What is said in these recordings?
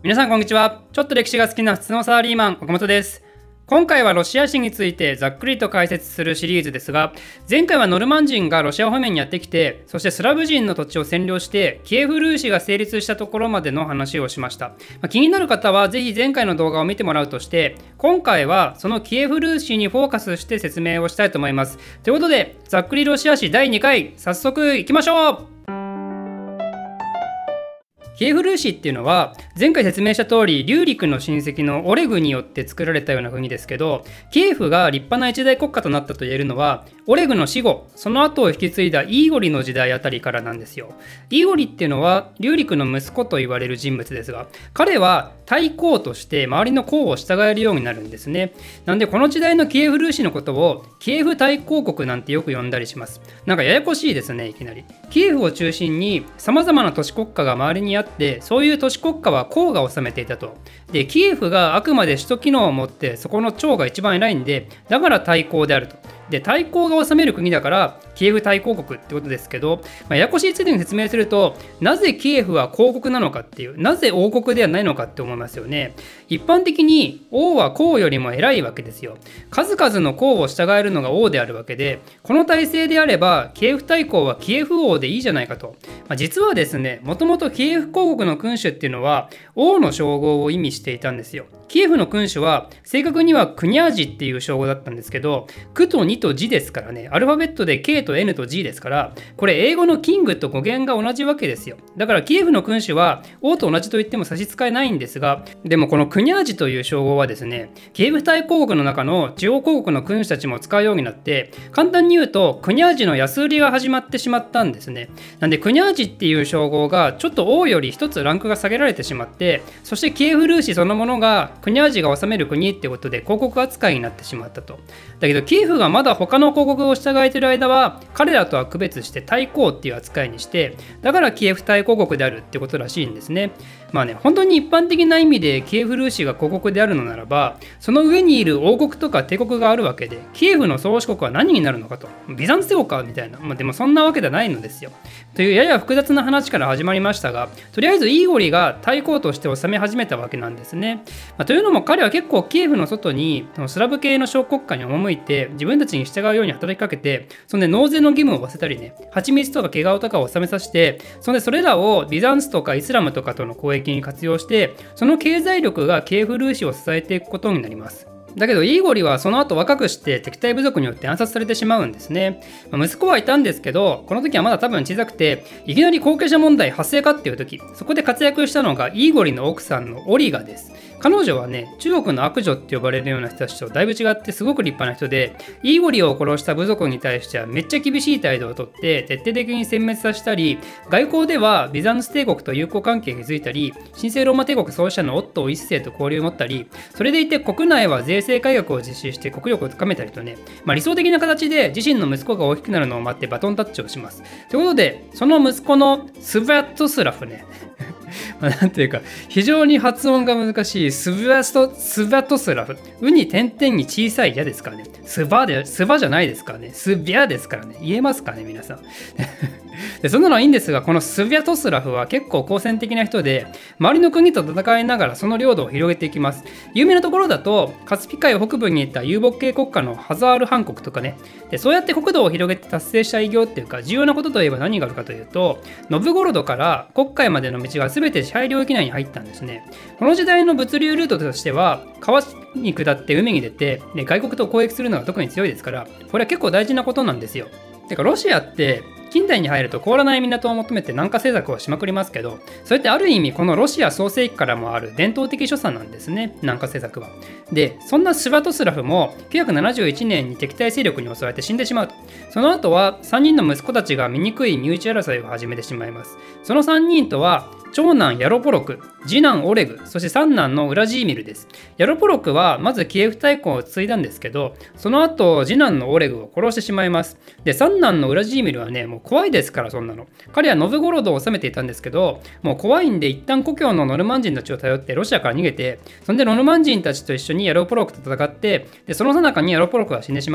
皆さんこんにちは。ちょっと歴史が好きな普通のサラリーマン岡本です。今回はロシア史についてざっくりと解説するシリーズですが、前回はノルマン人がロシア方面にやってきて、そしてスラブ人の土地を占領してキエフルーシが成立したところまでの話をしました。気になる方はぜひ前回の動画を見てもらうとして、今回はそのキエフルーシにフォーカスして説明をしたいと思います。ということで、ざっくりロシア史第2回早速いきましょう。キエフルーシっていうのは前回説明した通りリューリクの親戚のオレグによって作られたような国ですけど、キエフが立派な一大国家となったと言えるのはオレグの死後、その後を引き継いだイーゴリの時代あたりからなんですよ。イーゴリっていうのはリューリクの息子と言われる人物ですが、彼は対公として周りの公を従えるようになるんですね。なんでこの時代のキエフルーシのことをキエフ対公国なんてよく呼んだりします。なんかややこしいですね。いきなりキエフを中心に様々な都市国家が周りにあって、そういう都市国家は公が治めていたと。でキエフがあくまで首都機能を持って、そこの長が一番偉いんで、だから対公であると。で対公が治める国だからキエフ対公国ってことですけど、ややこしいついでに説明すると、なぜキエフは公国なのかっていう、なぜ王国ではないのかって思いますよね。一般的に王は公よりも偉いわけですよ。数々の公を従えるのが王であるわけで、この体制であればキエフ大公はキエフ王でいいじゃないかと。実はですね、もともとキエフ公国の君主っていうのは王の称号を意味していたんですよ。キエフの君主は正確にはクニャージっていう称号だったんですけど、クと2とジですからね、アルファベットで K と N と G ですから、これ英語のキングと語源が同じわけですよ。だからキエフの君主は王と同じと言っても差し支えないんですが、でもこのクニャージという称号はですね、キエフ大公国の中の地方公国の君主たちも使うようになって、簡単に言うとクニャージの安売りが始まってしまったんですね。なんでクニャージっていう称号がちょっと王より一つランクが下げられてしまって、そしてキエフルーシそのものがクニャージが治める国ってことで公国扱いになってしまったと。だけどキエフがまだ他の公国を従えている間は彼らとは区別して対公っていう扱いにして、だからキエフ対公国であるってことらしいんですね。本当に一般的な意味でキエフルーシが公国であるのならば、その上にいる王国とか帝国があるわけで、キエフの宗主国は何になるのかと。ビザンツ帝国かみたいな。でもそんなわけではないのですよ。というやや複雑な話から始まりましたが、とりあえずイーゴリが対公として治め始めたわけなんですね。というのも彼は結構キエフの外にスラブ系の小国家に赴いて、自分たちに従うように働きかけて、そんで納税の義務を負わせたりね、蜂蜜とか毛皮とかを納めさせて、そんでそれらをビザンツとかイスラムとかとの交易に活用して、その経済力がキエフルーシを支えていくことになります。だけどイーゴリはその後若くして敵対部族によって暗殺されてしまうんですね。息子はいたんですけど、この時はまだ多分小さくて、いきなり後継者問題発生かっていう時、そこで活躍したのがイーゴリの奥さんのオリガです。彼女はね、中国の悪女って呼ばれるような人たちとだいぶ違ってすごく立派な人で、イーゴリを殺した部族に対してはめっちゃ厳しい態度をとって徹底的に殲滅させたり、外交ではビザンツ帝国と友好関係を築いたり、神聖ローマ帝国創始者のオットー一世と交流を持ったり、それでいて国内は税制改革を実施して国力を高めたりとね、理想的な形で自身の息子が大きくなるのを待ってバトンタッチをします。ということで、その息子のスバトスラフねなんていうか非常に発音が難しいスバトスラフ、ウに点々に小さい矢ですからね。スバじゃないですからね。スビャですからね。言えますかね皆さんでそんなのはいいんですが、このスビャトスラフは結構好戦的な人で、周りの国と戦いながらその領土を広げていきます。有名なところだとカスピ海北部にいた遊牧系国家のハザール汗国とかね。でそうやって国土を広げて達成した偉業っていうか、重要なことといえば何があるかというと、ノブゴロドから黒海までの道が全て支配領域内に入ったんですね。この時代の物流ルートとしては、川に下って海に出て、で外国と交易するのが特に強いですから、これは結構大事なことなんですよ。てかロシアって近代に入ると凍らない港を求めて南下政策をしまくりますけど、それってある意味このロシア創世期からもある伝統的所作なんですね、南下政策は。でそんなスバトスラフも971年に敵対勢力に襲われて死んでしまうと。その後は3人の息子たちが醜い身内争いを始めてしまいます。その3人とは長男ヤロポロク、次男オレグ、そして三男のウラジーミルです。ヤロポロクはまずキエフ大公を継いだんですけど、その後次男のオレグを殺してしまいます。で三男のウラジーミルはね、もう怖いですから、そんなの。彼はノブゴロドを治めていたんですけど、もう怖いんで一旦故郷のノルマン人たちを頼ってロシアから逃げて、そんでノルマン人たちと一緒にヤロポロクと戦って、でその最中にヤロポロクが死んでしまうと。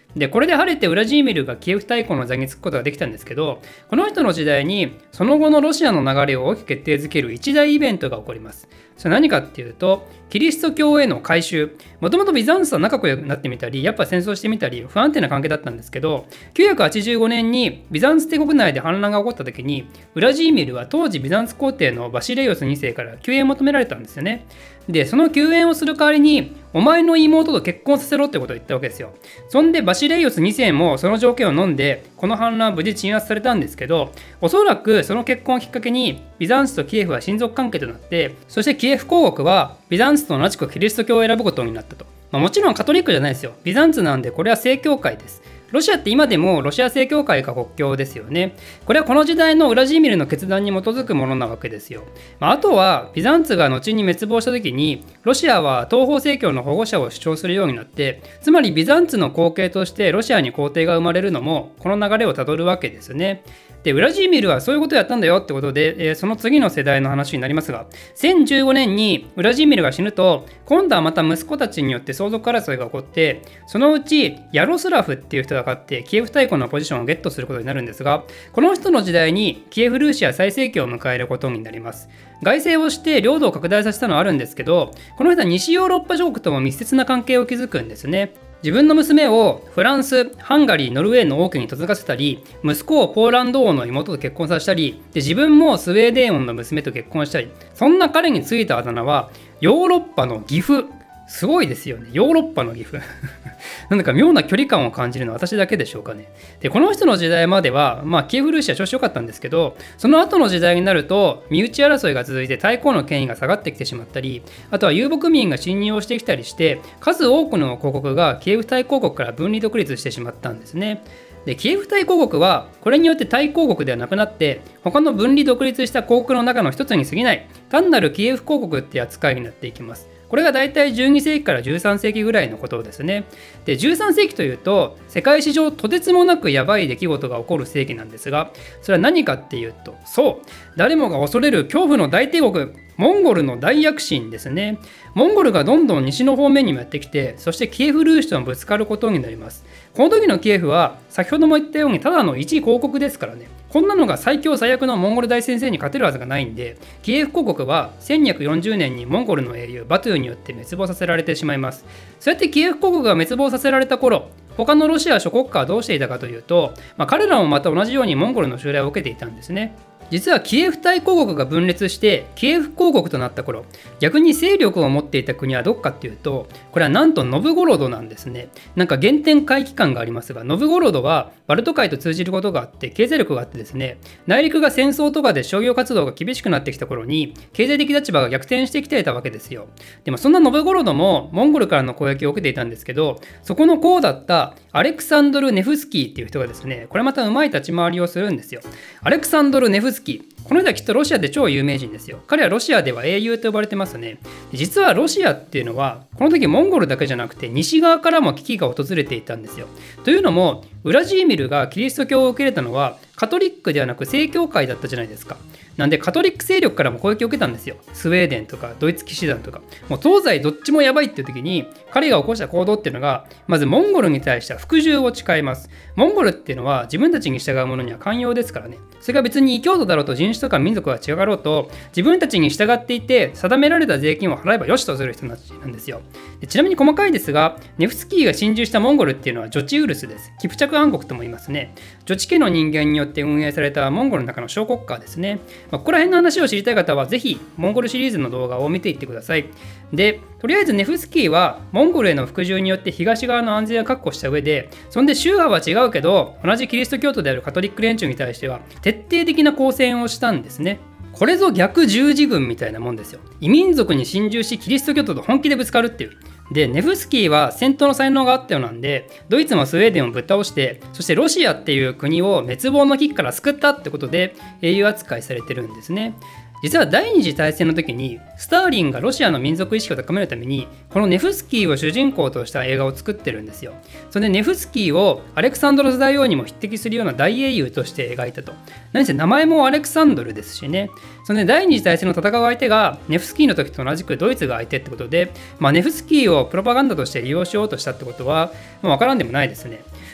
でこれで晴れてウラジーミルがキエフ大公の座につくことができたんですけど、この人の時代にその後のロシアの流れを大きく決定づける一大イベントが起こります。それ何かっていうと、キリスト教への改宗。もともとビザンツと仲良くなってみたり、やっぱ戦争してみたり不安定な関係だったんですけど、985年にビザンツ帝国内で反乱が起こった時に、ウラジーミルは当時ビザンツ皇帝のバシレイオス2世から救援を求められたんですよね。でその救援をする代わりに、お前の妹と結婚させろってことを言ったわけですよ。そんでバシレイオス2世もその条件を飲んで、この反乱は無事鎮圧されたんですけど、おそらくその結婚をきっかけにビザンツとキエフは親族関係となって、そしてキエフ公国はビザンツと同じくキリスト教を選ぶことになったと。もちろんカトリックじゃないですよ。ビザンツなんでこれは正教会です。ロシアって今でもロシア正教会が国教ですよね。これはこの時代のウラジーミルの決断に基づくものなわけですよ。あとはビザンツが後に滅亡した時に、ロシアは東方正教の保護者を主張するようになって、つまりビザンツの後継としてロシアに皇帝が生まれるのもこの流れをたどるわけですね。でウラジーミルはそういうことをやったんだよってことで、その次の世代の話になりますが、1015年にウラジーミルが死ぬと、今度はまた息子たちによって相続争いが起こって、そのうちヤロスラフっていう人が勝ってキエフ大公のポジションをゲットすることになるんですが、この人の時代にキエフルーシア最盛期を迎えることになります。外政をして領土を拡大させたのはあるんですけど、この人は西ヨーロッパ諸国とも密接な関係を築くんですね。自分の娘をフランス、ハンガリー、ノルウェーの王家に嫁がせたり、息子をポーランド王の妹と結婚させたり、で自分もスウェーデン王の娘と結婚したり、そんな彼についたあだ名はヨーロッパの義父。すごいですよね。ヨーロッパの義父。なんだか妙な距離感を感じるのは私だけでしょうかね。で、この人の時代までは、キエフルーシア調子良かったんですけど、その後の時代になると、身内争いが続いて太后の権威が下がってきてしまったり、あとは遊牧民が侵入をしてきたりして、数多くの公国がキエフ大公国から分離独立してしまったんですね。でキエフ大公国はこれによって大公国ではなくなって、他の分離独立した公国の中の一つに過ぎない単なるキエフ公国って扱いになっていきます。これがだいたい12世紀から13世紀ぐらいのことですね。で13世紀というと世界史上とてつもなくやばい出来事が起こる世紀なんですが、それは何かっていうと、そう誰もが恐れる恐怖の大帝国モンゴルの大躍進ですね。モンゴルがどんどん西の方面にもやってきて、そしてキエフルーシとぶつかることになります。この時のキエフは先ほども言ったようにただの一公国ですからね。こんなのが最強最悪のモンゴル大先生に勝てるはずがないんで、キエフ公国は1240年にモンゴルの英雄バトゥーによって滅亡させられてしまいます。そうやってキエフ公国が滅亡させられた頃、他のロシア諸国家はどうしていたかというと、彼らもまた同じようにモンゴルの襲来を受けていたんですね。実はキエフ大公国が分裂してキエフ公国となった頃、逆に勢力を持っていた国はどっかっていうと、これはなんとノブゴロドなんですね。なんか原点回帰感がありますが、ノブゴロドはバルト海と通じることがあって経済力があってですね、内陸が戦争とかで商業活動が厳しくなってきた頃に経済的立場が逆転してきていたわけですよ。でもそんなノブゴロドもモンゴルからの攻撃を受けていたんですけど、そこの功だったアレクサンドル・ネフスキーっていう人がですね、これまたうまい立ち回りをするんですよ。アレクサンドル・ネフスキー、この人はきっとロシアで超有名人ですよ。彼はロシアでは英雄と呼ばれてますね。実はロシアっていうのはこの時モンゴルだけじゃなくて西側からも危機が訪れていたんですよ。というのもウラジーミルがキリスト教を受け入れたのはカトリックではなく正教会だったじゃないですか。なんでカトリック勢力からも攻撃を受けたんですよ。スウェーデンとかドイツ騎士団とか、もう東西どっちもやばいっていう時に彼が起こした行動っていうのが、まずモンゴルに対しては服従を誓います。モンゴルっていうのは自分たちに従うものには寛容ですからね。それが別に異教徒だろうと人種とか民族が違かろうと、自分たちに従っていて定められた税金を払えばよしとする人たちなんですよ。でちなみに細かいですが、ネフスキーが侵入したモンゴルっていうのはジョチウルスです。キプチャク暗国とも言いますね。ジョチ家の人間によって運営されたモンゴルの中の小国家ですね。ここら辺の話を知りたい方はぜひモンゴルシリーズの動画を見ていってください。でとりあえずネフスキーはモンゴルへの服従によって東側の安全を確保した上で、そんで宗派は違うけど同じキリスト教徒であるカトリック連中に対しては徹底的な抗戦をしたんですね。これぞ逆十字軍みたいなもんですよ。異民族に侵入しキリスト教徒と本気でぶつかるっていう。でネフスキーは戦闘の才能があったようなんで、ドイツもスウェーデンをぶっ倒して、そしてロシアっていう国を滅亡の危機から救ったってことで英雄扱いされてるんですね。実は第二次大戦の時にスターリンがロシアの民族意識を高めるためにこのネフスキーを主人公とした映画を作ってるんですよ。それでネフスキーをアレクサンドロス大王にも匹敵するような大英雄として描いたと。何せ名前もアレクサンドルですしね。それで第二次大戦の戦う相手がネフスキーの時と同じくドイツが相手ってことで、ネフスキーをプロパガンダとして利用しようとしたってことは分からんでもないですね。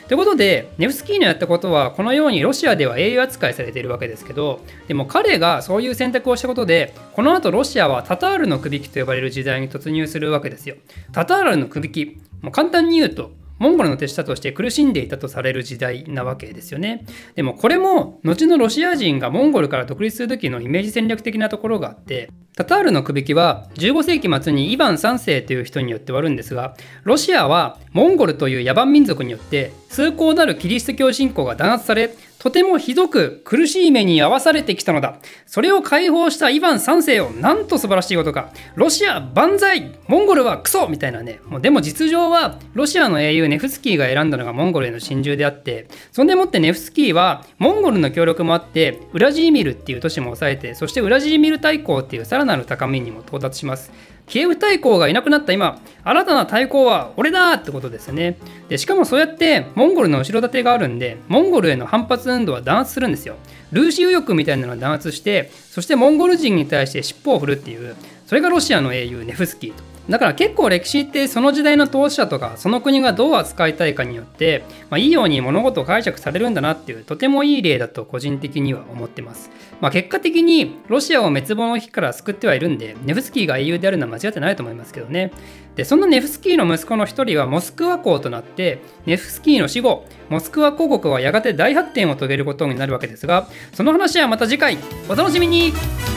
ということでネフスキーのやったことはこのようにロシアでは英雄扱いされているわけですけど、でも彼がそういう選択をしたことでこの後ロシアはタタールのくびきと呼ばれる時代に突入するわけですよ。タタールのくびき、もう簡単に言うとモンゴルの手下として苦しんでいたとされる時代なわけですよね。でもこれも後のロシア人がモンゴルから独立する時のイメージ戦略的なところがあって、タタールのくびきは15世紀末にイヴァン3世という人によって終わるんですが、ロシアはモンゴルという野蛮民族によって崇高なるキリスト教信仰が弾圧され、とてもひどく苦しい目に遭わされてきたのだ。それを解放したイヴァン3世をなんと素晴らしいことか。ロシア万歳、モンゴルはクソみたいなね。でも実情はロシアの英雄ネフスキーが選んだのがモンゴルへの侵銃であって、そんでもってネフスキーはモンゴルの協力もあってウラジーミルっていう都市も抑えて、そしてウラジーミル大公っていうさらなる高みにも到達します。キエフ大公がいなくなった今、新たな大公は俺だってことですね。でしかもそうやってモンゴルの後ろ盾があるんで、モンゴルへの反発運動は弾圧するんですよ。ルーシ右翼みたいなのを弾圧して、そしてモンゴル人に対して尻尾を振るっていう、それがロシアの英雄ネフスキーと。だから結構歴史ってその時代の統治者とかその国がどう扱いたいかによって、いいように物事を解釈されるんだなっていう、とてもいい例だと個人的には思ってます。結果的にロシアを滅亡の危機から救ってはいるんで、ネフスキーが英雄であるのは間違ってないと思いますけどね。でそのネフスキーの息子の一人はモスクワ公となって、ネフスキーの死後モスクワ公国はやがて大発展を遂げることになるわけですが、その話はまた次回お楽しみに。